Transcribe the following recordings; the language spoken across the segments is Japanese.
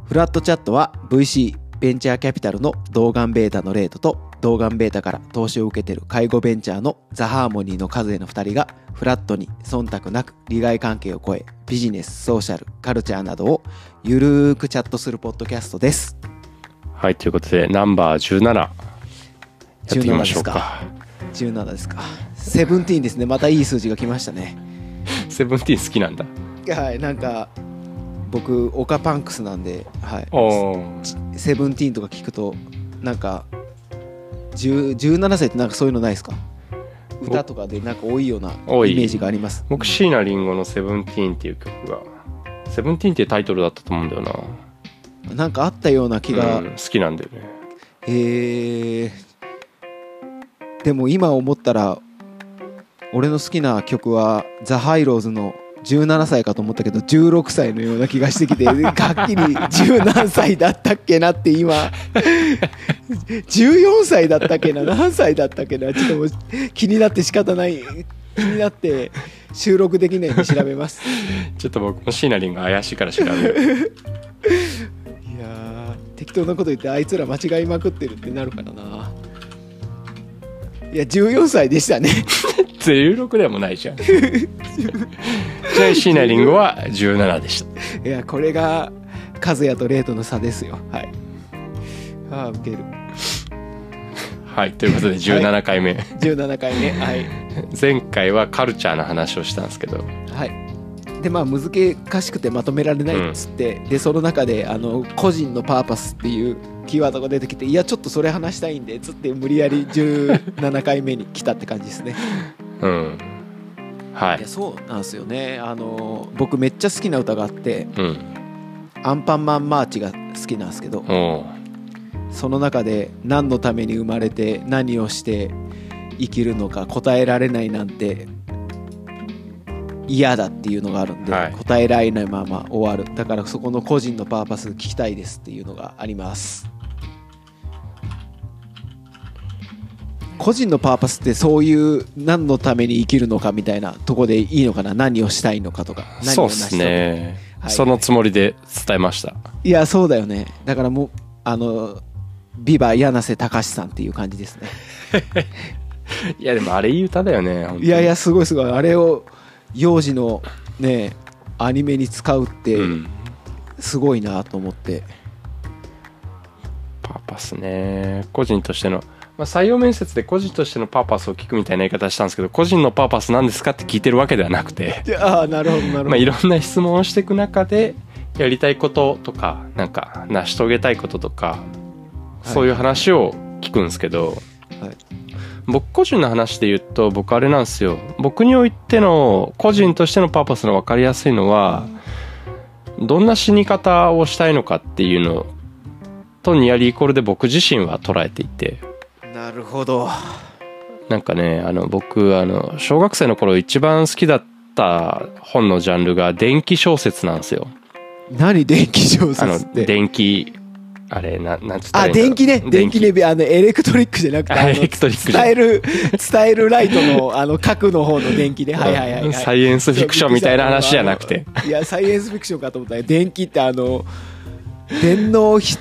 フラットチャットは VC ベンチャーキャピタルのドーガンベータのレートとドーガンベータから投資を受けている介護ベンチャーのザ・ハーモニーの数への2人がフラットに忖度なく利害関係を超えビジネス、ソーシャル、カルチャーなどをゆるーくチャットするポッドキャストです。 はい、ということでナンバー17やっていきましょうか。 17ですか。17ですね。またいい数字が来ましたね。 17好きなんだ。 はい、なんか僕オカパンクスなんで、はい、17とか聞くとなんか17歳ってなんかそういうのないですか？歌とかでなんか多いようなイメージがあります。 僕椎名林檎の17っていう曲が17っていうタイトルだったと思うんだよな。 なんかあったような気が、 好きなんだよね。 でも今思ったら俺の好きな曲はザ・ハイローズの17歳かと思ったけど16歳のような気がしてきてはっきり10何歳だったっけなって今14歳だったっけな何歳だったっけなちょっともう気になって仕方ない気になって収録できないんで調べますちょっと僕も椎名林檎怪しいから調べるいや適当なこと言ってあいつら間違いまくってるってなるからな。いや14歳でしたね 16でもないじゃんじゃあ椎名林檎は17でした。 いやこれが和也とレイとの差ですよ。はい。ああウケる。 はいということで17回目、はい、 17回目、はい、 前回はカルチャーの話をしたんですけど、 はいでまあ難しくてまとめられないっつって、でその中で個人のパーパスっていうキーワードが出てきて、いやちょっとそれ話したいんでつって無理やり17回目に来たって感じですねはい。 いやそうなんですよね。僕めっちゃ好きな歌があって、アンパンマンマーチが好きなんですけど、その中で何のために生まれて何をして生きるのか答えられないなんて嫌だっていうのがあるんで、答えられないまま終わる。だからそこの個人のパーパス聞きたいですっていうのがあります。個人のパーパスってそういう何のために生きるのかみたいなとこでいいのかな。何をしたいのかとかそうですね、はい、そのつもりで伝えました。 いやそうだよね。だからもうビバ柳瀬隆さんっていう感じですねいやでもあれいい歌だよね本当に。 いやすごいすごい。あれを幼児のねアニメに使うってすごいなと思って、 パーパスね。個人としての、採用面接で個人としてのパーパスを聞くみたいな言い方したんですけど、個人のパーパスなんですかって聞いてるわけではなくてなるほどなるほど、 いろんな質問をしていく中でやりたいこととかなんか成し遂げたいこととか、そういう話を聞くんですけど、僕個人の話で言うと僕あれなんですよ。僕においての個人としてのパーパスの分かりやすいのは、どんな死に方をしたいのかっていうのとニアリーイコールで僕自身は捉えていて。 なるほど。 なんかね僕小学生の頃一番好きだった本のジャンルが電気小説なんですよ。 何電気小説って？ 電気あれなんつったらいいんだろう。 電気ねエレクトリックじゃなくてエレクトリック伝えるライトの核の方の電気ね。はいサイエンスフィクションみたいな話じゃなくて、 いやサイエンスフィクションかと思ったら電気って電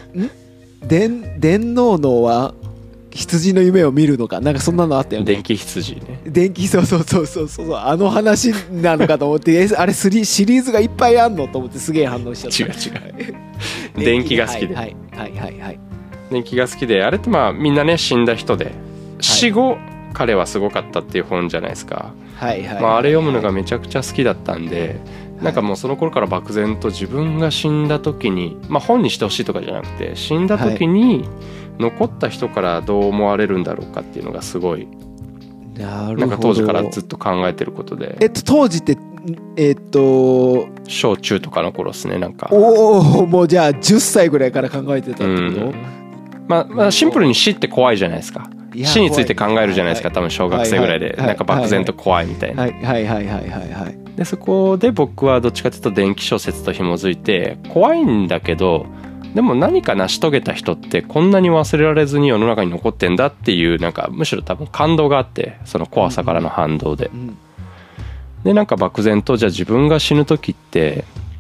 脳脳は羊の夢を見るのかなんかそんなのあったよね。 電気羊ね。 そうあの話なのかと思ってあれシリーズがいっぱいあんのと思ってすげえ反応しちゃった。 違う電気が好きで、電気が好きで、あれってみんなね死んだ人で、死後彼はすごかったっていう本じゃないですか。あれ読むのがめちゃくちゃ好きだったんで、なんかもうその頃から漠然と自分が死んだ時に、本にしてほしいとかじゃなくて、死んだ時に残った人からどう思われるんだろうかっていうのがすごいなんか当時からずっと考えてることで。 当時って小中とかの頃ですね。なんかもうじゃあ10歳ぐらいから考えてたってこと？ シンプルに死って怖いじゃないですか。死について考えるじゃないですか。多分小学生ぐらいでなんか漠然と怖いみたいな。でそこで僕はどっちかというと電気小説と紐づいて、怖いんだけどでも何か成し遂げた人ってこんなに忘れられずに世の中に残ってんだっていう、なんかむしろ多分感動があって、その怖さからの反動で、でなんか漠然とじゃあ自分が死ぬ時って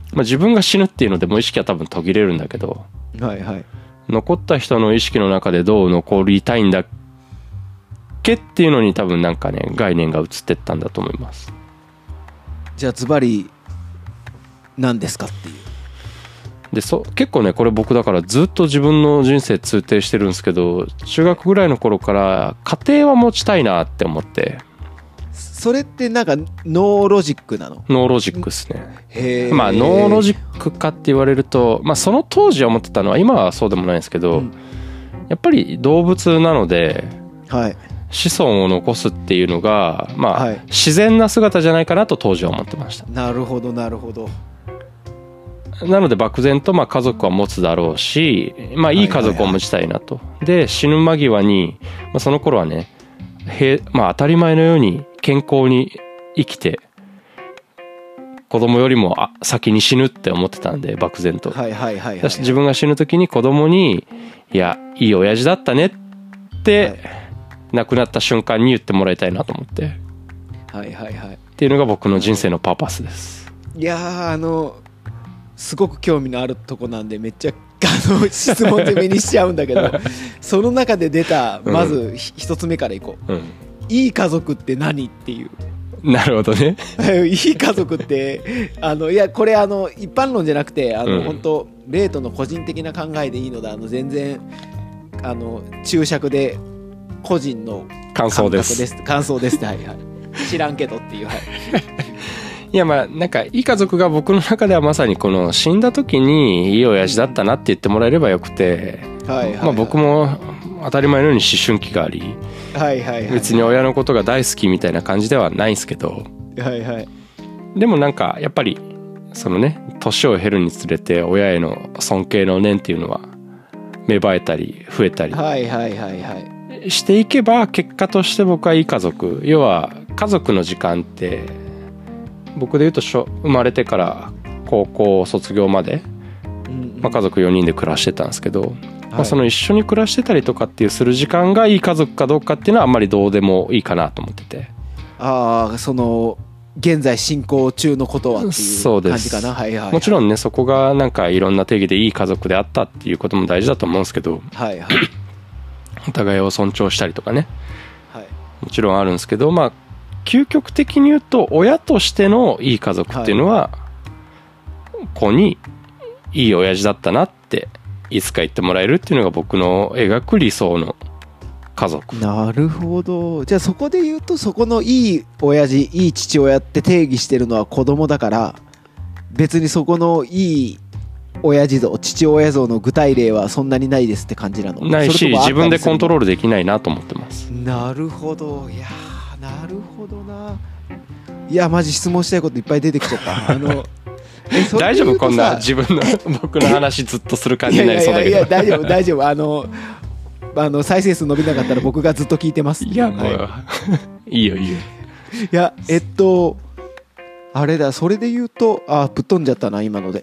まあ、自分が死ぬっていうのでもう意識は多分途切れるんだけど、 はいはい、 残った人の意識の中でどう残りたいんだっけっていうのに多分なんかね概念が移ってったんだと思います。 じゃあズバリ何ですかっていう。 で結構ねこれ僕だからずっと自分の人生通底してるんですけど、中学ぐらいの頃から家庭は持ちたいなって思って。 それってなんかノーロジックなの？ ノーロジックですね。まあノーロジックかって言われると、まあその当時は思ってたのは今はそうでもないんですけど、やっぱり動物なので、はい、子孫を残すっていうのがまあ、はい、自然な姿じゃないかなと当時は思ってました。 なるほどなるほど。 なので漠然とまあ家族は持つだろうし、まあいい家族を持ちたいなと。で死ぬ間際に、まあ、その頃はねまあ当たり前のように健康に生きて子供よりも先に死ぬって思ってたんで漠然と。自分が死ぬ時に子供に「いやいい親父だったね」って亡くなった瞬間に言ってもらいたいなと思って、っていうのが僕の人生のパーパスです。 いやすごく興味のあるとこなんでめっちゃ質問攻めにしちゃうんだけどその中で出たまず一つ目からいこう、いい家族って何っていう。 なるほどねいい家族っていやこれ一般論じゃなくて本当レートの個人的な考えでいいので全然注釈で個人の感想です感想ですはいはい知らんけどっていう、はいいやまあなんかいい家族が僕の中ではまさにこの死んだ時にいい親父だったなって言ってもらえればよくて、まあ僕も当たり前のように思春期があり、別に親のことが大好きみたいな感じではないんですけど、でもなんかやっぱりそのね年を経るにつれて親への尊敬の念っていうのは芽生えたり増えたりしていけば結果として僕はいい家族、要は家族の時間って僕で言うと生まれてから高校卒業まで、まあ、家族4人で暮らしてたんですけど、まあ、その一緒に暮らしてたりとかっていうする時間がいい家族かどうかっていうのはあんまりどうでもいいかなと思ってて、 その現在進行中のことはっていう感じかな。 もちろんねそこがなんかいろんな定義でいい家族であったっていうことも大事だと思うんですけど、お互いを尊重したりとかね、もちろんあるんですけど、まあ究極的に言うと親としてのいい家族っていうのは、子にいい親父だったなっていつか言ってもらえるっていうのが僕の描く理想の家族。 なるほど。じゃあそこで言うとそこのいい親父いい父親って定義してるのは子供だから、別にそこのいい親父像父親像の具体例はそんなにないですって感じなの？ ないし自分でコントロールできないなと思ってます。 なるほど。いやなるほどな。いやマジ質問したいこといっぱい出てきちゃった大丈夫こんな自分の僕の話ずっとする感じになりそうだけど。 いや大丈夫再生数伸びなかったら僕がずっと聞いてます。 いやもう、いいよいやあれだ、それで言うとぶっ飛んじゃったな今ので。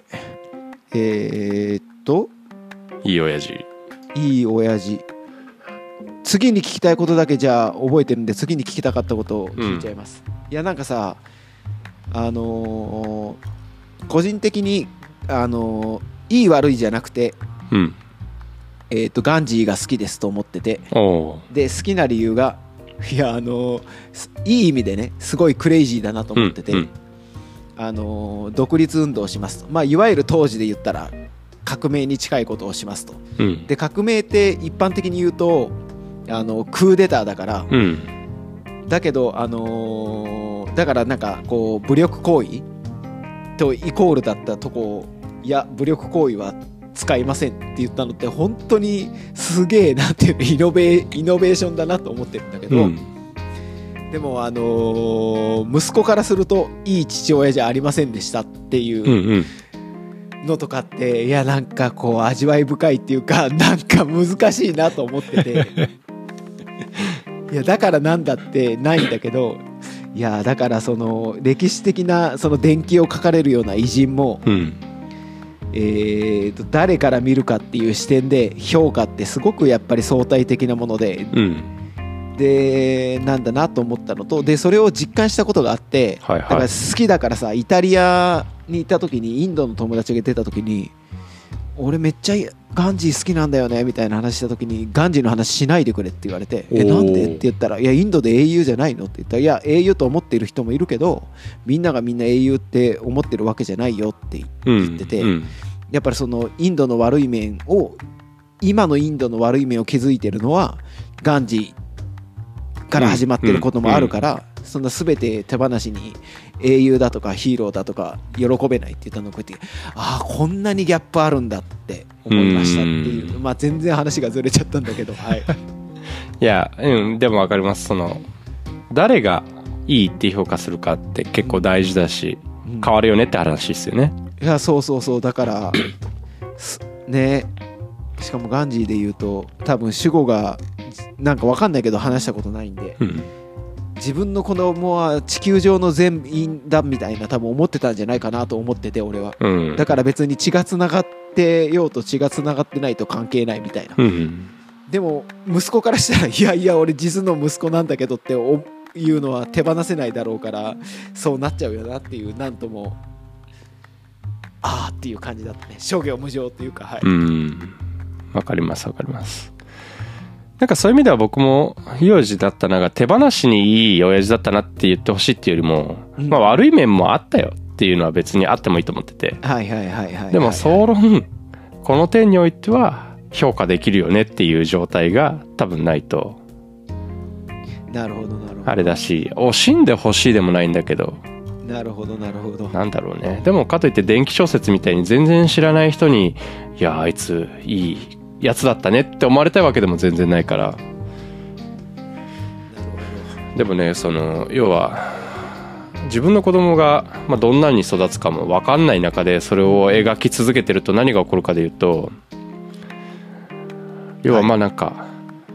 いい親父次に聞きたいことだけじゃあ覚えてるんで、次に聞きたかったことを聞いちゃいます、いやなんかさ個人的にいい悪いじゃなくて、ガンジーが好きですと思ってて、で好きな理由がいやいい意味でねすごいクレイジーだなと思ってて、独立運動をしますと、まあ、いわゆる当時で言ったら革命に近いことをしますと、で革命って一般的に言うとクーデターだから、だけどだからなんかこう武力行為とイコールだったとこ、いや武力行為は使いませんって言ったのって本当にすげえなっていうイノベーションだなと思ってるんだけど、でも息子からするといい父親じゃありませんでしたっていうのとかって、いやなんかこう味わい深いっていうかなんか難しいなと思ってていやだからなんだってないんだけど、いやだからその歴史的なその伝記を書かれるような偉人も、誰から見るかっていう視点で評価ってすごくやっぱり相対的なもので、でなんだなと思ったのと、でそれを実感したことがあって、だから好きだからさイタリアにいた時にインドの友達が出た時に俺めっちゃガンジー好きなんだよねみたいな話した時にガンジーの話しないでくれって言われてなんでって言ったらいやインドで英雄じゃないのって言ったらいや英雄と思っている人もいるけどみんながみんな英雄って思ってるわけじゃないよって言ってて、やっぱりそのインドの悪い面を今のインドの悪い面を築いてるのはガンジーから始まってることもあるから、そんな全て手放しに英雄だとかヒーローだとか喜べないって言ったのをこうやってああこんなにギャップあるんだって思いましたっていう、まあ全然話がずれちゃったんだけど、はい、 いや、でも分かります。その誰がいいって評価するかって結構大事だし、変わるよねって話ですよね。 いやそうそうそう、だからね、しかもガンジーで言うと多分主語がなんか分かんないけど話したことないんで、自分の子供は地球上の全員だみたいな多分思ってたんじゃないかなと思ってて俺は、だから別に血がつながってようと血がつながってないと関係ないみたいな、でも息子からしたらいやいや俺実の息子なんだけどっていうのは手放せないだろうからそうなっちゃうよなっていう、なんともああっていう感じだったね。諸行無常っていうか、はい、 わかりますわかります。なんかそういう意味では僕も幼児だったのが手放しにいい親父だったなって言ってほしいっていうよりも、まあ悪い面もあったよっていうのは別にあってもいいと思ってて、でも総論この点においては評価できるよねっていう状態が多分ないと、 なるほどなるほど、 あれだし惜しんでほしいでもないんだけど、 なるほどなるほど、 なんだろうね。でもかといって電気小説みたいに全然知らない人にいやあいついいやつだったねって思われたいわけでも全然ないから。でもね、その要は自分の子供がどんなに育つかも分かんない中でそれを描き続けてると何が起こるかでいうと、要はまあなんか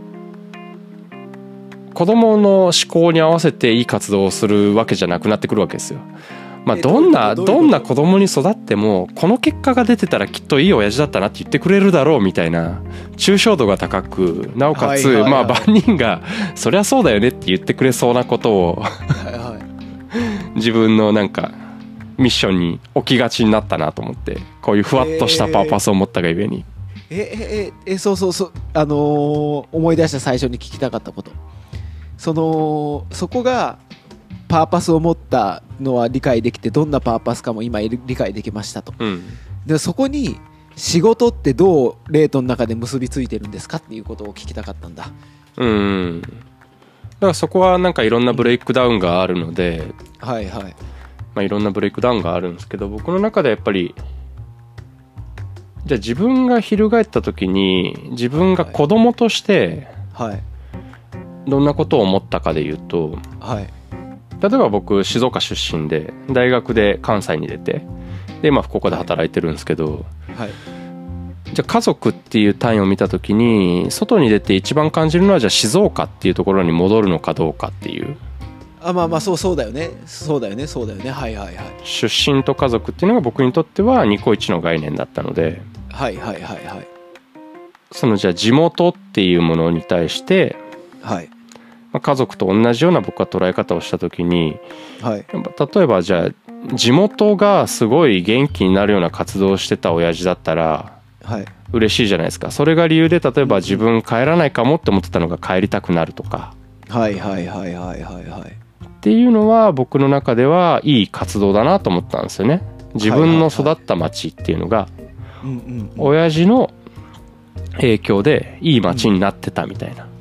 子供の思考に合わせていい活動をするわけじゃなくなってくるわけですよ。まあどんな子供に育ってもこの結果が出てたらきっといい親父だったなって言ってくれるだろうみたいな抽象度が高く、なおかつまあ万人がそりゃそうだよねって言ってくれそうなことを自分のなんかミッションに置きがちになったなと思って、こういうふわっとしたパーパスを持ったがゆえに、 そうそうそう、思い出した最初に聞きたかったこと、そこがパーパスを持ったのは理解できて、どんなパーパスかも今理解できましたと、でそこに仕事ってどうレートの中で結びついてるんですかっていうことを聞きたかったんだ。だからそこはなんかいろんなブレイクダウンがあるので、まあいろんなブレイクダウンがあるんですけど、僕の中でやっぱりじゃあ自分が翻った時に自分が子供としてどんなことを思ったかで言うと、例えば僕静岡出身で大学で関西に出て、で今福岡で働いてるんですけど、じゃあ家族っていう単位を見た時に外に出て一番感じるのはじゃあ静岡っていうところに戻るのかどうかっていう。 まあそうだよね、そうだよね、そうだよね、 出身と家族っていうのが僕にとってはニコイチの概念だったので、そのじゃあ地元っていうものに対して、家族と同じような僕は捉え方をした時に、例えばじゃあ地元がすごい元気になるような活動をしてた親父だったら嬉しいじゃないですか。それが理由で例えば自分帰らないかもって思ってたのが帰りたくなるとか、っていうのは僕の中ではいい活動だなと思ったんですよね。自分の育った町っていうのが親父の影響でいい町になってたみたいな。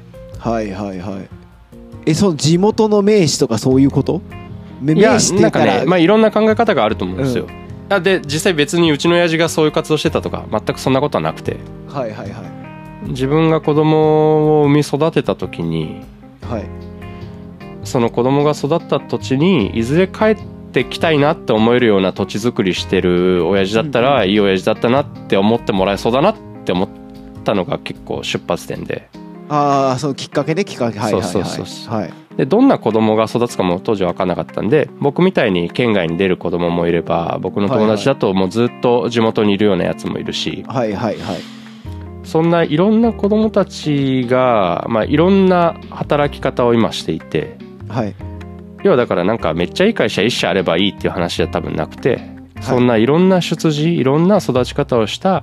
その地元の名士とかそういうこと？名士って言ったら、 なんかね、いろんな考え方があると思うんですよ。で実際別にうちの親父がそういう活動してたとか全くそんなことはなくて、自分が子供を産み育てた時に、その子供が育った土地にいずれ帰ってきたいなって思えるような土地作りしてる親父だったら、いい親父だったなって思ってもらえそうだなって思ったのが結構出発点で。 そのきっかけね、 でどんな子供が育つかも当時は分からなかったんで、僕みたいに県外に出る子供もいれば、僕の友達だともうずっと地元にいるようなやつもいるし、そんないろんな子供たちが、いろんな働き方を今していて、要はだからなんかめっちゃいい会社一社あればいいっていう話じゃ多分なくて、 そんないろんな出自、いろんな育ち方をした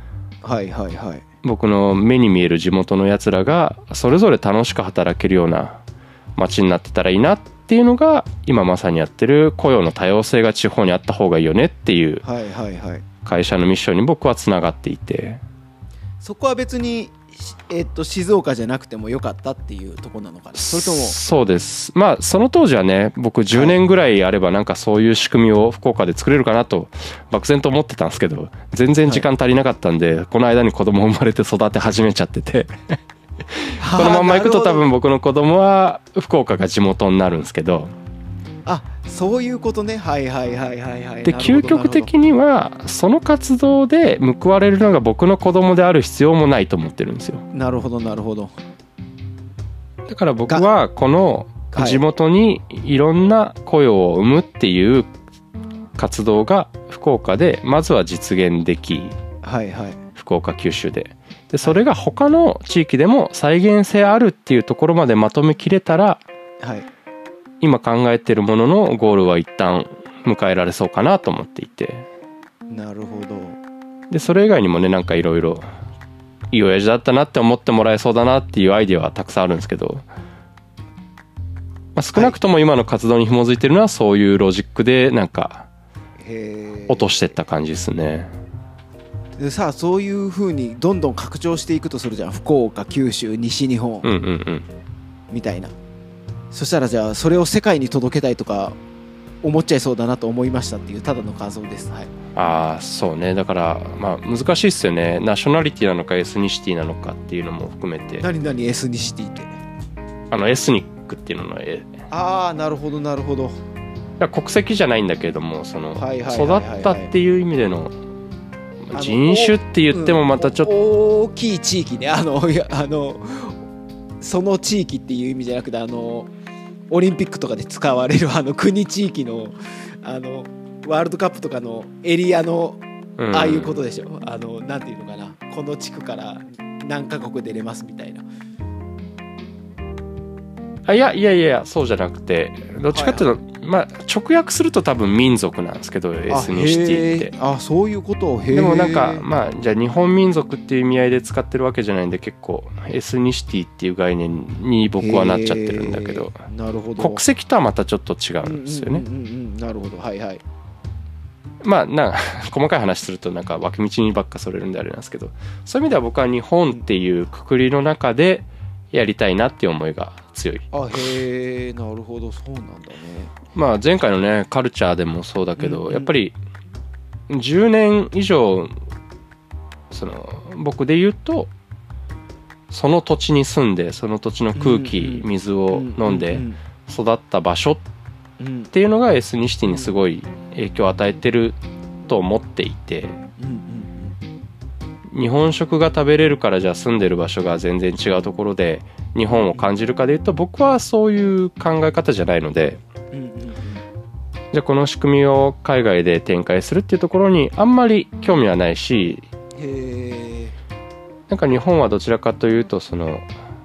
僕の目に見える地元のやつらがそれぞれ楽しく働けるような街になってたらいいなっていうのが今まさにやってる雇用の多様性が地方にあった方がいいよねっていう会社のミッションに僕はつながっていて、 そこは別に静岡じゃなくてもよかったっていうところなのかな。それとも。 そうです。まあその当時はね、僕10年ぐらいあればなんかそういう仕組みを福岡で作れるかなと漠然と思ってたんですけど、全然時間足りなかったんで、この間に子供生まれて育て始めちゃっててこのまんまいくと多分僕の子供は福岡が地元になるんですけど。 あ、そういうことね。はいはいはいはいはい。 で究極的にはその活動で報われるのが僕の子供である必要もないと思ってるんですよ。 なるほどなるほど。 だから僕はこの地元にいろんな雇用を生むっていう活動が福岡でまずは実現でき、 はいはい、 福岡九州でそれが他の地域でも再現性あるっていうところまでまとめきれたら、 はい、 今考えてるもののゴールは一旦迎えられそうかなと思っていて。 なるほど。 でそれ以外にもね、なんかいろいろいい親父だったなって思ってもらえそうだなっていうアイディアはたくさんあるんですけど、まあ、少なくとも今の活動に紐づいてるのはそういうロジックでなんか落としてった感じですね。 でさあ、そういう風にどんどん拡張していくとするじゃん。福岡、九州、西日本、みたいな。そしたらじゃあそれを世界に届けたいとか思っちゃいそうだなと思いましたっていうただの感想です。はい、 ああそうね。だからまあ難しいっすよね。ナショナリティなのかエスニシティなのかっていうのも含めて。 何エスニシティって？ エスニックっていうののああ、なるほどなるほど。 国籍じゃないんだけれども、その育ったっていう意味での人種って言ってもまたちょっと大きい地域ね。その地域っていう意味じゃなくてオリンピックとかで使われる国地域のワールドカップとかのエリアのああいうことでしょ。なんていうのかな、この地区から何カ国出れますみたいな。 いやそうじゃなくて、どっちかっていうと、まあ直訳すると多分民族なんですけど、エスニシティって。 あ、そういうこと。 でもなんかまあじゃあ日本民族っていう意味合いで使ってるわけじゃないんで、結構エスニシティっていう概念に僕はなっちゃってるんだけど、 なるほど。 国籍とはまたちょっと違うんですよね。 なるほど。はいはい。 まあ細かい話するとなんか脇道にばっかそれるんであれなんですけど、そういう意味では僕は日本っていうくくりの中でやりたいなっていう思いが強い。 あ、へえ、なるほど、そうなんだね。 まあ前回のねカルチャーでもそうだけど、やっぱり10年以上その僕で言うとその土地に住んでその土地の空気、水を飲んで育った場所っていうのがエスニシティにすごい影響を与えてると思っていて、日本食が食べれるからじゃあ住んでる場所が全然違うところで日本を感じるかでいうと、僕はそういう考え方じゃないので、じゃあこの仕組みを海外で展開するっていうところにあんまり興味はないし、なんか日本はどちらかというとその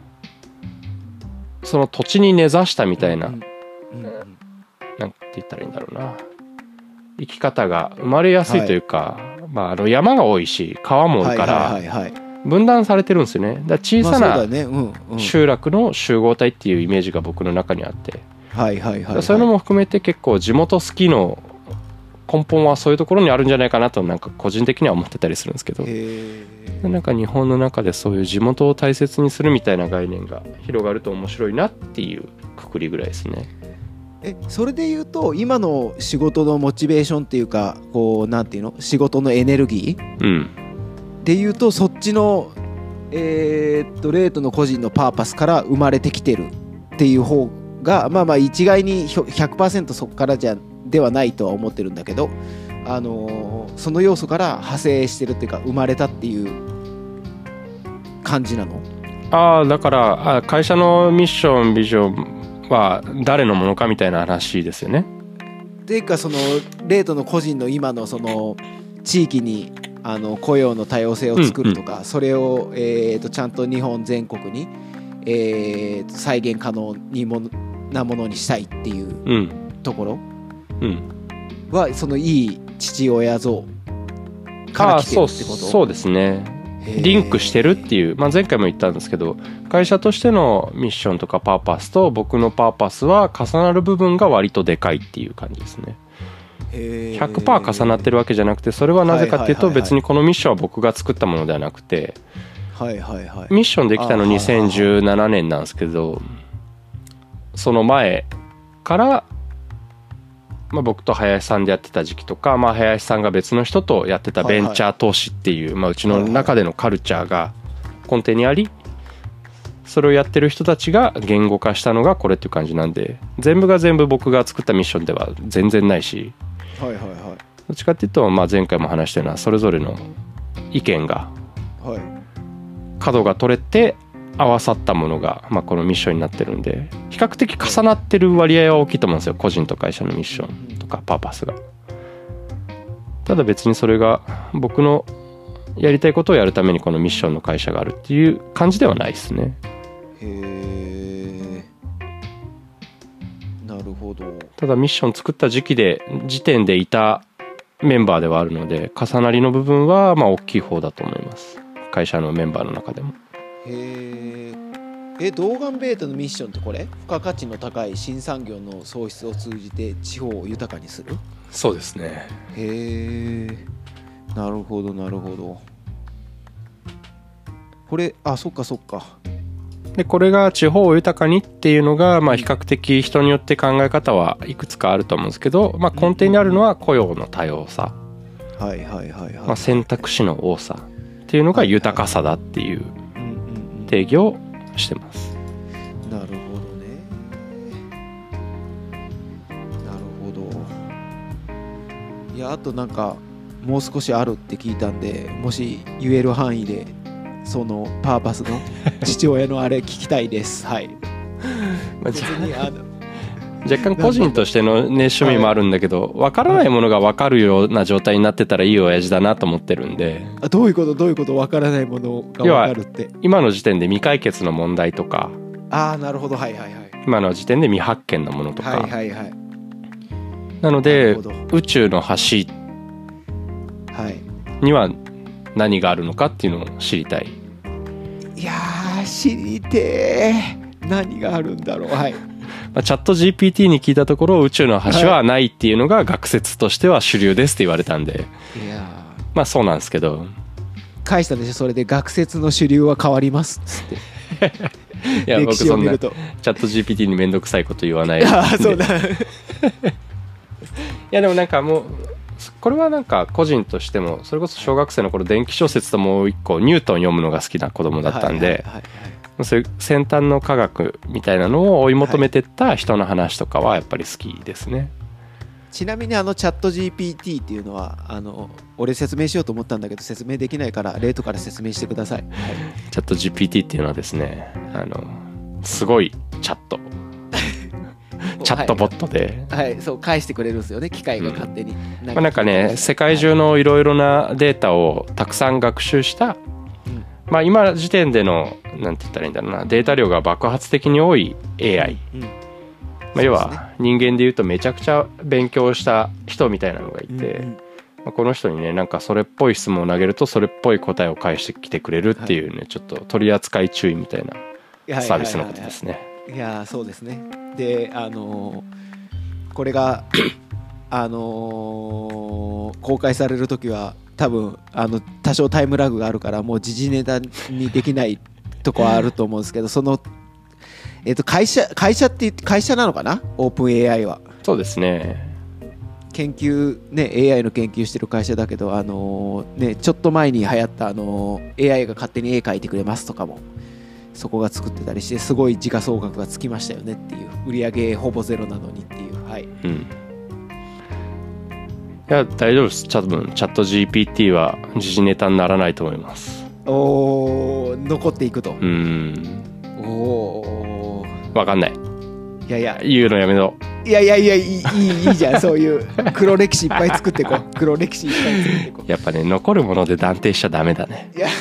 土地に根ざしたみたいな、なんて言ったらいいんだろうな、生き方が生まれやすいというか、まあ山が多いし川も多いから分断されてるんですよね。だから小さな集落の集合体っていうイメージが僕の中にあって、そういうのも含めて結構地元好きの根本はそういうところにあるんじゃないかなとなんか個人的には思ってたりするんですけど、なんか日本の中でそういう地元を大切にするみたいな概念が広がると面白いなっていうくくりぐらいですね。 それで言うと今の仕事のモチベーションっていうか、こうなんていうの、仕事のエネルギー、で言うとそっちのレートの個人のパーパスから生まれてきてるっていう方がまあ一概に 100% そこからではないとは思ってるんだけど、その要素から派生してるっていうか生まれたっていう感じなの？ だから会社のミッションビジョンは誰のものかみたいな話ですよね。 っていうかそのレートの個人の今のその地域に雇用の多様性を作るとか、それをちゃんと日本全国に再現可能なものにしたいっていうところはそのいい父親像から来てるってこと？ そうですね。リンクしてるっていう、前回も言ったんですけど、会社としてのミッションとかパーパスと僕のパーパスは重なる部分が割とでかいっていう感じですね。100% 重なってるわけじゃなくて、それはなぜかっていうと、別にこのミッションは僕が作ったものではなくて、ミッションできたの2017年なんですけど、その前から、僕と林さんでやってた時期とか、林さんが別の人とやってたベンチャー投資っていう、うちの中でのカルチャーが根底にあり、それをやってる人たちが言語化したのがこれっていう感じなんで、全部が全部僕が作ったミッションでは全然ないし、どっちかっていうと、前回も話したようなそれぞれの意見が角が取れて合わさったものが、このミッションになってるんで、比較的重なってる割合は大きいと思うんですよ、個人と会社のミッションとかパーパスが。ただ別にそれが僕のやりたいことをやるためにこのミッションの会社があるっていう感じではないですね。 へえ、なるほど。 ただミッション作った時点でいたメンバーではあるので、重なりの部分は大きい方だと思います、会社のメンバーの中でも。 へえ、ドーガンベータのミッションってこれ、付加価値の高い新産業の創出を通じて地方を豊かにする？ そうですね。 へえ、なるほどなるほど。これそっかそっか。 でこれが地方を豊かにっていうのが、比較的人によって考え方はいくつかあると思うんですけど、根底にあるのは雇用の多様さ、選択肢の多さっていうのが豊かさだっていう定義をしてます。 なるほどね。なるほど。いや、あとなんかもう少しあるって聞いたんで、もし言える範囲でそのパーパスの父親のあれ聞きたいです。はい。別に若干個人としての趣味もあるんだけど、分からないものが分かるような状態になってたらいい親父だなと思ってるんで。 どういうこと分からないものが分かるって。 今の時点で未解決の問題とか、 なるほど、 今の時点で未発見のものとか、なので宇宙の端には何があるのかっていうのを知りたい。 いやー、知りてー。何があるんだろう。チャット GPT に聞いたところ、宇宙の端はないっていうのが学説としては主流ですって言われたんで、いやそうなんですけど、 返したんでしょ、それで学説の主流は変わりますっつっていや僕そんなチャット GPT にめんどくさいこと言わないそうだいやでもなんかもうこれはなんか個人としても、それこそ小学生の頃電気小説ともう一個ニュートン読むのが好きな子供だったんで、そういう先端の科学みたいなのを追い求めてった人の話とかはやっぱり好きですね。 ちなみにチャット GPT っていうのは俺説明しようと思ったんだけど説明できないから例とから説明してください。 チャット GPT っていうのはですね、すごいチャットチャットボットで、 そう返してくれるんですよね、機械が勝手に。 なんかね、世界中のいろいろなデータをたくさん学習した、今時点でのなんて言ったらいいんだろうな、データ量が爆発的に多い AI、要は人間でいうとめちゃくちゃ勉強した人みたいなのがいて、この人にねなんかそれっぽい質問を投げるとそれっぽい答えを返してきてくれるっていうね、ちょっと取り扱い注意みたいなサービスのことですね。 いやそうですね。でこれが公開される時は多分多少タイムラグがあるからもう時事ネタにできないとこはあると思うんですけど、その会社って会社なのかな、オープン AI は。 そうですね。 研究ね AI の研究してる会社だけどちょっと前に流行った AI が勝手に絵描いてくれますとかもそこが作ってたりして、すごい時価総額がつきましたよねっていう、売り上げほぼゼロなのにっていう。 いや大丈夫です。多分チャット GPT は時事ネタにならないと思います。 残っていくと。 分かんない。 いや言うのやめろ。 いいじゃんそういう黒歴史いっぱい作ってこう黒歴史いっぱい作ってこう。 やっぱね、残るもので断定しちゃダメだね。いや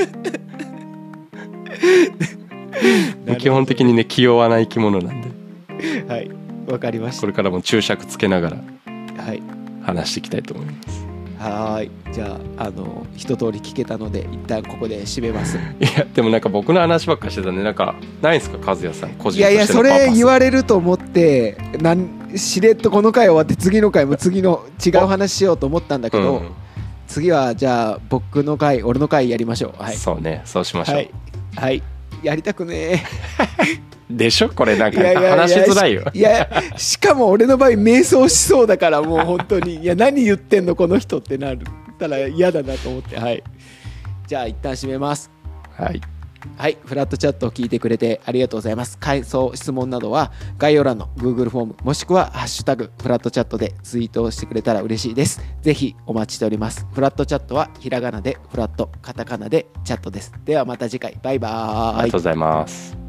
基本的にね気弱な生き物なんで。 わかりました。 これからも注釈つけながら話していきたいと思います。 はい、じゃあ一通り聞けたので一旦ここで締めます。いやでもなんか僕の話ばっかしてたんで、なんかないんですか和也さん個人としてのパーパス。 いやいやそれ言われると思ってしれっとこの回終わって次の回も次の違う話しようと思ったんだけど、次はじゃあ僕の回俺の回やりましょう。はい、 そうね、そうしましょう。はい、 はい、やりたくねでしょこれなんか話しづらいよ。 いやしかも俺の場合迷走しそうだからもう本当にいや何言ってんのこの人ってなったら嫌だなと思って。はい、じゃあ一旦締めます。 はいはい、フラットチャットを聞いてくれてありがとうございます。感想質問などは概要欄の Google フォームもしくはハッシュタグフラットチャットでツイートをしてくれたら嬉しいです。ぜひお待ちしております。フラットチャットはひらがなでフラット、カタカナでチャットです。ではまた次回、バイバーイ。 ありがとうございます。